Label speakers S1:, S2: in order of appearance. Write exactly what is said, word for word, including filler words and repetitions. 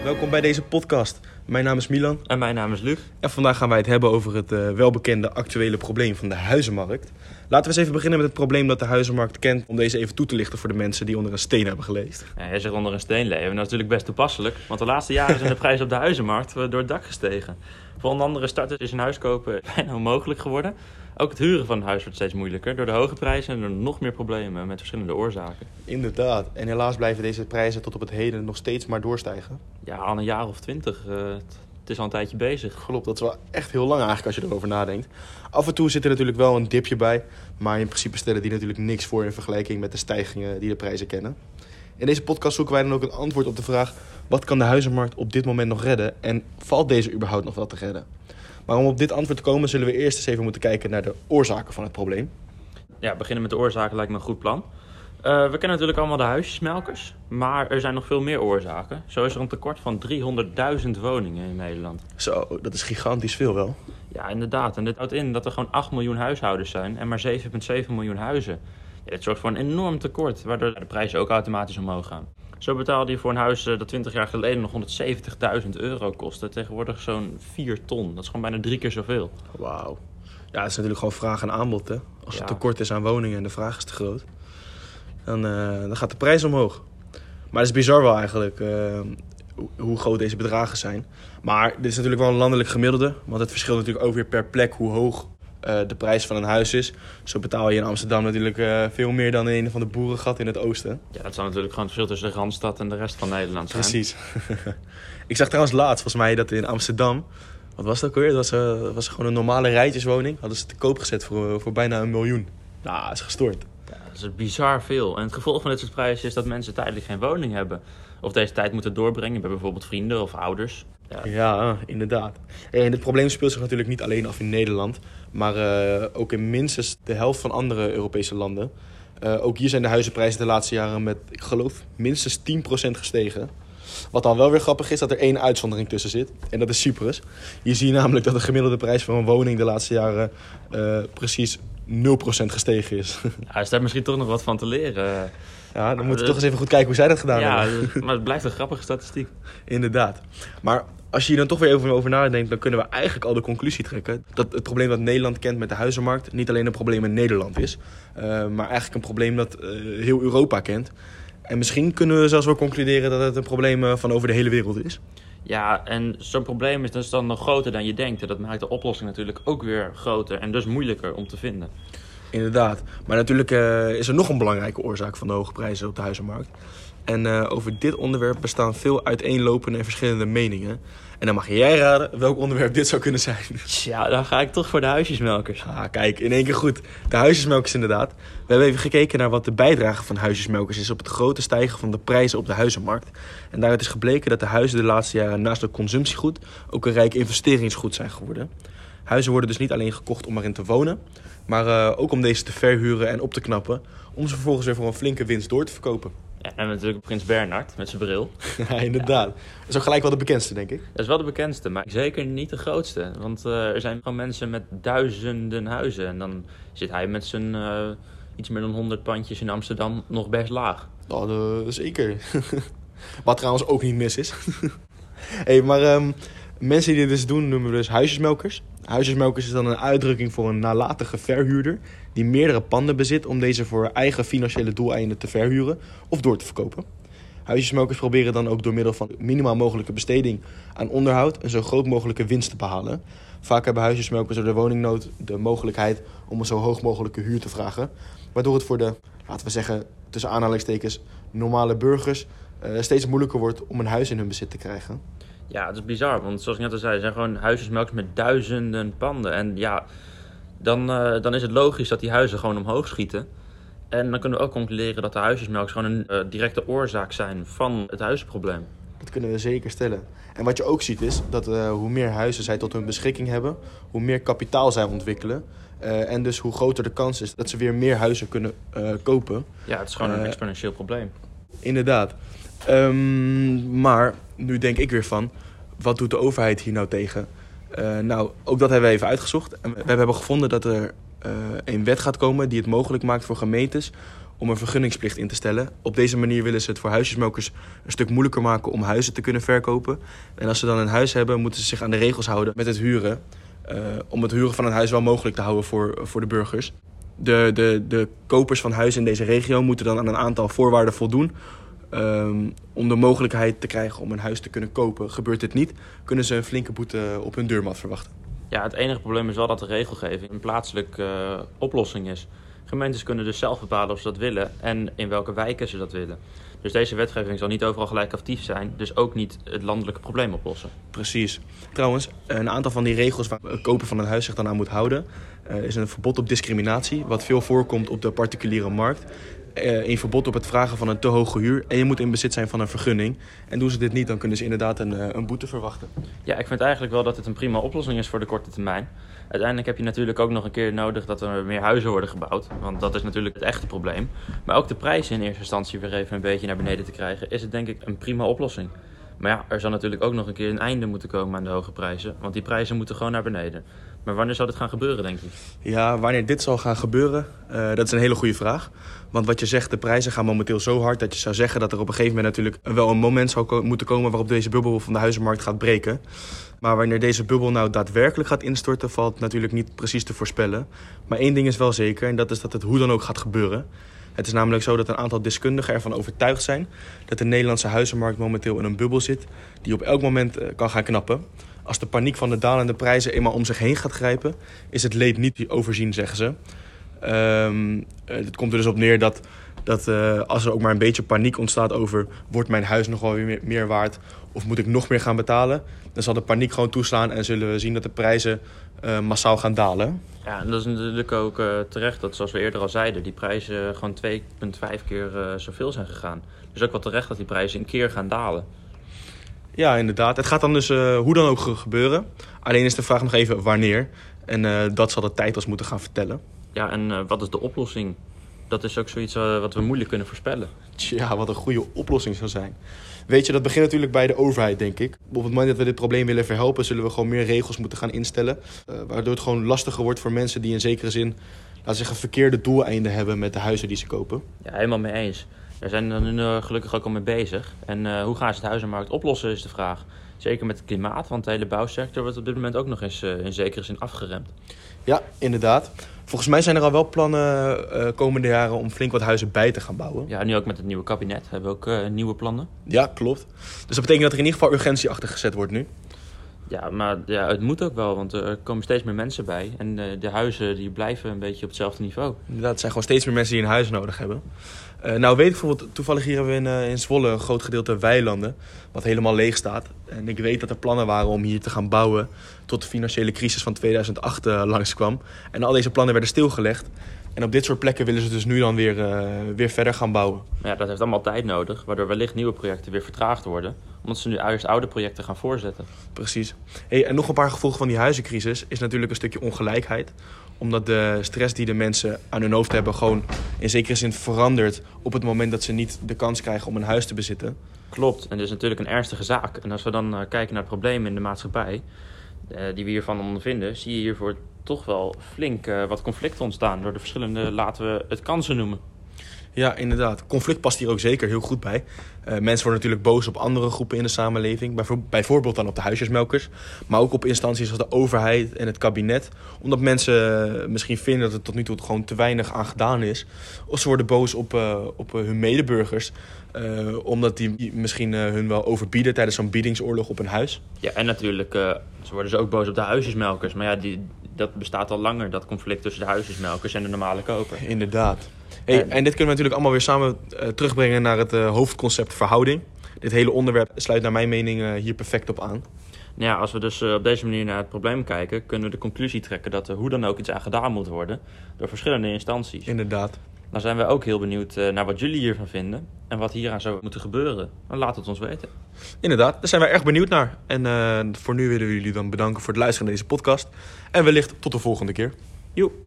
S1: welkom bij deze podcast. Mijn naam is Milan.
S2: En mijn naam is Luc.
S1: En vandaag gaan wij het hebben over het uh, welbekende actuele probleem van de huizenmarkt. Laten we eens even beginnen met het probleem dat de huizenmarkt kent, om deze even toe te lichten voor de mensen die onder een steen hebben geleefd.
S2: Ja, jij zegt onder een steen leven, dat is natuurlijk best toepasselijk, want de laatste jaren zijn de prijzen op de huizenmarkt door het dak gestegen. Voor onder andere starters is een huis kopen bijna onmogelijk geworden. Ook het huren van een huis wordt steeds moeilijker door de hoge prijzen en door nog meer problemen met verschillende oorzaken.
S1: Inderdaad, en helaas blijven deze prijzen tot op het heden nog steeds maar doorstijgen.
S2: Ja, al een jaar of twintig. Uh, het is al een tijdje bezig.
S1: Klopt, dat is wel echt heel lang eigenlijk als je erover nadenkt. Af en toe zit er natuurlijk wel een dipje bij, maar in principe stellen die natuurlijk niks voor in vergelijking met de stijgingen die de prijzen kennen. In deze podcast zoeken wij dan ook een antwoord op de vraag: wat kan de huizenmarkt op dit moment nog redden en valt deze überhaupt nog wel te redden? Maar om op dit antwoord te komen zullen we eerst eens even moeten kijken naar de oorzaken van het probleem.
S2: Ja, beginnen met de oorzaken lijkt me een goed plan. Uh, we kennen natuurlijk allemaal de huisjesmelkers, maar er zijn nog veel meer oorzaken. Zo is er een tekort van driehonderdduizend woningen in Nederland.
S1: Zo, dat is gigantisch veel wel.
S2: Ja, inderdaad. En dit houdt in dat er gewoon acht miljoen huishoudens zijn en maar zeven komma zeven miljoen huizen. Ja, dit zorgt voor een enorm tekort, waardoor de prijzen ook automatisch omhoog gaan. Zo betaalde je voor een huis dat twintig jaar geleden nog honderdzeventigduizend euro kostte, tegenwoordig zo'n vier ton. Dat is gewoon bijna drie keer zoveel.
S1: Wauw. Ja, het is natuurlijk gewoon vraag en aanbod, hè. Als er ja. tekort is aan woningen en de vraag is te groot, dan, uh, dan gaat de prijs omhoog. Maar het is bizar wel eigenlijk uh, hoe, hoe groot deze bedragen zijn. Maar dit is natuurlijk wel een landelijk gemiddelde, want het verschilt natuurlijk ook weer per plek hoe hoog uh, de prijs van een huis is. Zo betaal je in Amsterdam natuurlijk uh, veel meer dan in een van de boerengat in het oosten.
S2: Ja, dat zou natuurlijk gewoon het verschil tussen de Randstad en de rest van Nederland zijn.
S1: Precies. Ik zag trouwens laatst, volgens mij, dat in Amsterdam, wat was dat ook weer? Dat was, uh, was gewoon een normale rijtjeswoning. Hadden ze te koop gezet voor, voor bijna een miljoen. Nou, dat is gestoord.
S2: Ja, dat is bizar veel. En het gevolg van dit soort prijzen is dat mensen tijdelijk geen woning hebben. Of deze tijd moeten doorbrengen bij bijvoorbeeld vrienden of ouders.
S1: Ja, ja inderdaad. En dit probleem speelt zich natuurlijk niet alleen af in Nederland, maar uh, ook in minstens de helft van andere Europese landen. Uh, ook hier zijn de huizenprijzen de laatste jaren met, ik geloof, minstens tien procent gestegen. Wat dan wel weer grappig is, dat er één uitzondering tussen zit. En dat is Cyprus. Hier zie je namelijk dat de gemiddelde prijs van een woning de laatste jaren uh, precies nul procent gestegen is.
S2: Ja, is daar misschien toch nog wat van te leren.
S1: Ja, dan moeten we toch eens even goed kijken hoe zij dat gedaan
S2: ja,
S1: hebben.
S2: Ja, maar het blijft een grappige statistiek.
S1: Inderdaad. Maar als je hier dan toch weer even over nadenkt, dan kunnen we eigenlijk al de conclusie trekken dat het probleem dat Nederland kent met de huizenmarkt niet alleen een probleem in Nederland is, uh, maar eigenlijk een probleem dat uh, heel Europa kent. En misschien kunnen we zelfs wel concluderen dat het een probleem van over de hele wereld is.
S2: Ja, en zo'n probleem is dus dan nog groter dan je denkt. En dat maakt de oplossing natuurlijk ook weer groter en dus moeilijker om te vinden.
S1: Inderdaad. Maar natuurlijk uh, is er nog een belangrijke oorzaak van de hoge prijzen op de huizenmarkt. En uh, over dit onderwerp bestaan veel uiteenlopende en verschillende meningen. En dan mag jij raden welk onderwerp dit zou kunnen zijn.
S2: Ja, dan ga ik toch voor de huisjesmelkers.
S1: Ah, kijk, in één keer goed. De huisjesmelkers inderdaad. We hebben even gekeken naar wat de bijdrage van huisjesmelkers is op het grote stijgen van de prijzen op de huizenmarkt. En daaruit is gebleken dat de huizen de laatste jaren naast een consumptiegoed ook een rijk investeringsgoed zijn geworden. Huizen worden dus niet alleen gekocht om erin te wonen, maar uh, ook om deze te verhuren en op te knappen, om ze vervolgens weer voor een flinke winst door te verkopen.
S2: Ja, en natuurlijk Prins Bernhard met zijn bril.
S1: Ja, inderdaad. Ja. Dat is ook gelijk wel de bekendste, denk ik.
S2: Dat is wel de bekendste, maar zeker niet de grootste. Want uh, er zijn gewoon mensen met duizenden huizen. En dan zit hij met zijn uh, iets meer dan honderd pandjes in Amsterdam nog best laag.
S1: Oh, uh, zeker. Wat trouwens ook niet mis is. Hey, maar um, mensen die dit dus doen noemen we dus huisjesmelkers. Huisjesmelkers is dan een uitdrukking voor een nalatige verhuurder die meerdere panden bezit om deze voor eigen financiële doeleinden te verhuren of door te verkopen. Huisjesmelkers proberen dan ook door middel van minimaal mogelijke besteding aan onderhoud een zo groot mogelijke winst te behalen. Vaak hebben huisjesmelkers door de woningnood de mogelijkheid om een zo hoog mogelijke huur te vragen, waardoor het voor de, laten we zeggen, tussen aanhalingstekens, normale burgers uh, steeds moeilijker wordt om een huis in hun bezit te krijgen.
S2: Ja, het is bizar, want zoals ik net al zei, er zijn gewoon huisjesmelkers met duizenden panden. En ja, dan, uh, dan is het logisch dat die huizen gewoon omhoog schieten. En dan kunnen we ook concluderen dat de huisjesmelkers gewoon een uh, directe oorzaak zijn van het huizenprobleem.
S1: Dat kunnen we zeker stellen. En wat je ook ziet is dat uh, hoe meer huizen zij tot hun beschikking hebben, hoe meer kapitaal zij ontwikkelen. Uh, en dus hoe groter de kans is dat ze weer meer huizen kunnen uh, kopen.
S2: Ja, het is gewoon uh, een exponentieel probleem.
S1: Inderdaad. Um, maar nu denk ik weer van, wat doet de overheid hier nou tegen? Uh, nou, ook dat hebben we even uitgezocht. En we hebben gevonden dat er uh, een wet gaat komen die het mogelijk maakt voor gemeentes om een vergunningsplicht in te stellen. Op deze manier willen ze het voor huisjesmelkers een stuk moeilijker maken om huizen te kunnen verkopen. En als ze dan een huis hebben, moeten ze zich aan de regels houden met het huren. Uh, om het huren van een huis wel mogelijk te houden voor, voor de burgers. De, de, de kopers van huizen in deze regio moeten dan aan een aantal voorwaarden voldoen. Um, om de mogelijkheid te krijgen om een huis te kunnen kopen. Gebeurt dit niet, kunnen ze een flinke boete op hun deurmat verwachten.
S2: Ja, het enige probleem is wel dat de regelgeving een plaatselijke uh, oplossing is. Gemeentes kunnen dus zelf bepalen of ze dat willen en in welke wijken ze dat willen. Dus deze wetgeving zal niet overal gelijk actief zijn, dus ook niet het landelijke probleem oplossen.
S1: Precies. Trouwens, een aantal van die regels waar het koper van een huis zich dan aan moet houden, uh, is een verbod op discriminatie, wat veel voorkomt op de particuliere markt. Uh, een verbod op het vragen van een te hoge huur en je moet in bezit zijn van een vergunning. En doen ze dit niet, dan kunnen ze inderdaad een, uh, een boete verwachten.
S2: Ja, ik vind eigenlijk wel dat het een prima oplossing is voor de korte termijn. Uiteindelijk heb je natuurlijk ook nog een keer nodig dat er meer huizen worden gebouwd. Want dat is natuurlijk het echte probleem. Maar ook de prijzen in eerste instantie weer even een beetje naar beneden te krijgen, is het denk ik een prima oplossing. Maar ja, er zal natuurlijk ook nog een keer een einde moeten komen aan de hoge prijzen. Want die prijzen moeten gewoon naar beneden. Maar wanneer zal dit gaan gebeuren, denk ik?
S1: Ja, wanneer dit zal gaan gebeuren, uh, dat is een hele goede vraag. Want wat je zegt, de prijzen gaan momenteel zo hard dat je zou zeggen dat er op een gegeven moment natuurlijk wel een moment zou ko- moeten komen waarop deze bubbel van de huizenmarkt gaat breken. Maar wanneer deze bubbel nou daadwerkelijk gaat instorten, valt natuurlijk niet precies te voorspellen. Maar één ding is wel zeker en dat is dat het hoe dan ook gaat gebeuren. Het is namelijk zo dat een aantal deskundigen ervan overtuigd zijn dat de Nederlandse huizenmarkt momenteel in een bubbel zit die op elk moment uh, kan gaan knappen. Als de paniek van de dalende prijzen eenmaal om zich heen gaat grijpen, is het leed niet te overzien, zeggen ze. Um, het komt er dus op neer dat, dat uh, als er ook maar een beetje paniek ontstaat over wordt mijn huis nog wel weer meer, meer waard of moet ik nog meer gaan betalen, dan zal de paniek gewoon toeslaan en zullen we zien dat de prijzen uh, massaal gaan dalen.
S2: Ja, en dat is natuurlijk ook uh, terecht dat, zoals we eerder al zeiden, die prijzen gewoon twee komma vijf keer uh, zoveel zijn gegaan. Dus ook wel terecht dat die prijzen een keer gaan dalen.
S1: Ja, inderdaad. Het gaat dan dus uh, hoe dan ook gebeuren. Alleen is de vraag nog even wanneer. En uh, dat zal de tijd ons moeten gaan vertellen.
S2: Ja, en uh, wat is de oplossing? Dat is ook zoiets uh, wat we moeilijk kunnen voorspellen.
S1: Tja, wat een goede oplossing zou zijn. Weet je, dat begint natuurlijk bij de overheid, denk ik. Op het moment dat we dit probleem willen verhelpen, zullen we gewoon meer regels moeten gaan instellen. Uh, waardoor het gewoon lastiger wordt voor mensen die in zekere zin, laten we zeggen, verkeerde doeleinden hebben met de huizen die ze kopen.
S2: Ja, helemaal mee eens. Daar zijn we nu uh, gelukkig ook al mee bezig. En uh, hoe gaan ze de huizenmarkt oplossen is de vraag. Zeker met het klimaat, want de hele bouwsector wordt op dit moment ook nog eens uh, in zekere zin afgeremd.
S1: Ja, inderdaad. Volgens mij zijn er al wel plannen uh, komende jaren om flink wat huizen bij te gaan bouwen.
S2: Ja, nu ook met het nieuwe kabinet hebben we ook uh, nieuwe plannen.
S1: Ja, klopt. Dus dat betekent dat er in ieder geval urgentie achter gezet wordt nu.
S2: Ja, maar ja, het moet ook wel, want er komen steeds meer mensen bij. En uh, de huizen die blijven een beetje op hetzelfde niveau.
S1: Inderdaad, het zijn gewoon steeds meer mensen die een huis nodig hebben. Uh, nou weet ik bijvoorbeeld, toevallig hier hebben we in, uh, in Zwolle een groot gedeelte weilanden, wat helemaal leeg staat. En ik weet dat er plannen waren om hier te gaan bouwen tot de financiële crisis van tweeduizend acht uh, langskwam. En al deze plannen werden stilgelegd. En op dit soort plekken willen ze dus nu dan weer, uh, weer verder gaan bouwen.
S2: Maar ja, dat heeft allemaal tijd nodig, waardoor wellicht nieuwe projecten weer vertraagd worden. Omdat ze nu eerst oude projecten gaan voorzetten.
S1: Precies. Hey, en nog een paar gevolgen van die huizencrisis is natuurlijk een stukje ongelijkheid. Omdat de stress die de mensen aan hun hoofd hebben gewoon in zekere zin verandert op het moment dat ze niet de kans krijgen om een huis te bezitten.
S2: Klopt, en dat is natuurlijk een ernstige zaak. En als we dan uh, kijken naar het probleem in de maatschappij, uh, die we hiervan ondervinden, zie je hiervoor toch wel flink uh, wat conflicten ontstaan door de verschillende, laten we het kansen noemen.
S1: Ja, inderdaad. Conflict past hier ook zeker heel goed bij. Uh, mensen worden natuurlijk boos op andere groepen in de samenleving. Bijvoorbeeld dan op de huisjesmelkers. Maar ook op instanties als de overheid en het kabinet. Omdat mensen misschien vinden dat er tot nu toe gewoon te weinig aan gedaan is. Of ze worden boos op, uh, op uh, hun medeburgers. Uh, omdat die misschien uh, hun wel overbieden tijdens zo'n biedingsoorlog op een huis.
S2: Ja, en natuurlijk, uh, ze worden ze ook boos op de huisjesmelkers. Maar ja, die, dat bestaat al langer, dat conflict tussen de huisjesmelkers en de normale koper.
S1: Inderdaad. Hey, en, en dit kunnen we natuurlijk allemaal weer samen uh, terugbrengen naar het uh, hoofdconcept verhouding. Dit hele onderwerp sluit naar mijn mening uh, hier perfect op aan.
S2: Nou ja, als we dus uh, op deze manier naar het probleem kijken, kunnen we de conclusie trekken dat er hoe dan ook iets aan gedaan moet worden door verschillende instanties.
S1: Inderdaad.
S2: Dan zijn we ook heel benieuwd uh, naar wat jullie hiervan vinden en wat hieraan zou moeten gebeuren. Dan laat het ons weten.
S1: Inderdaad, daar zijn wij erg benieuwd naar. En uh, voor nu willen we jullie dan bedanken voor het luisteren naar deze podcast. En wellicht tot de volgende keer. Joe.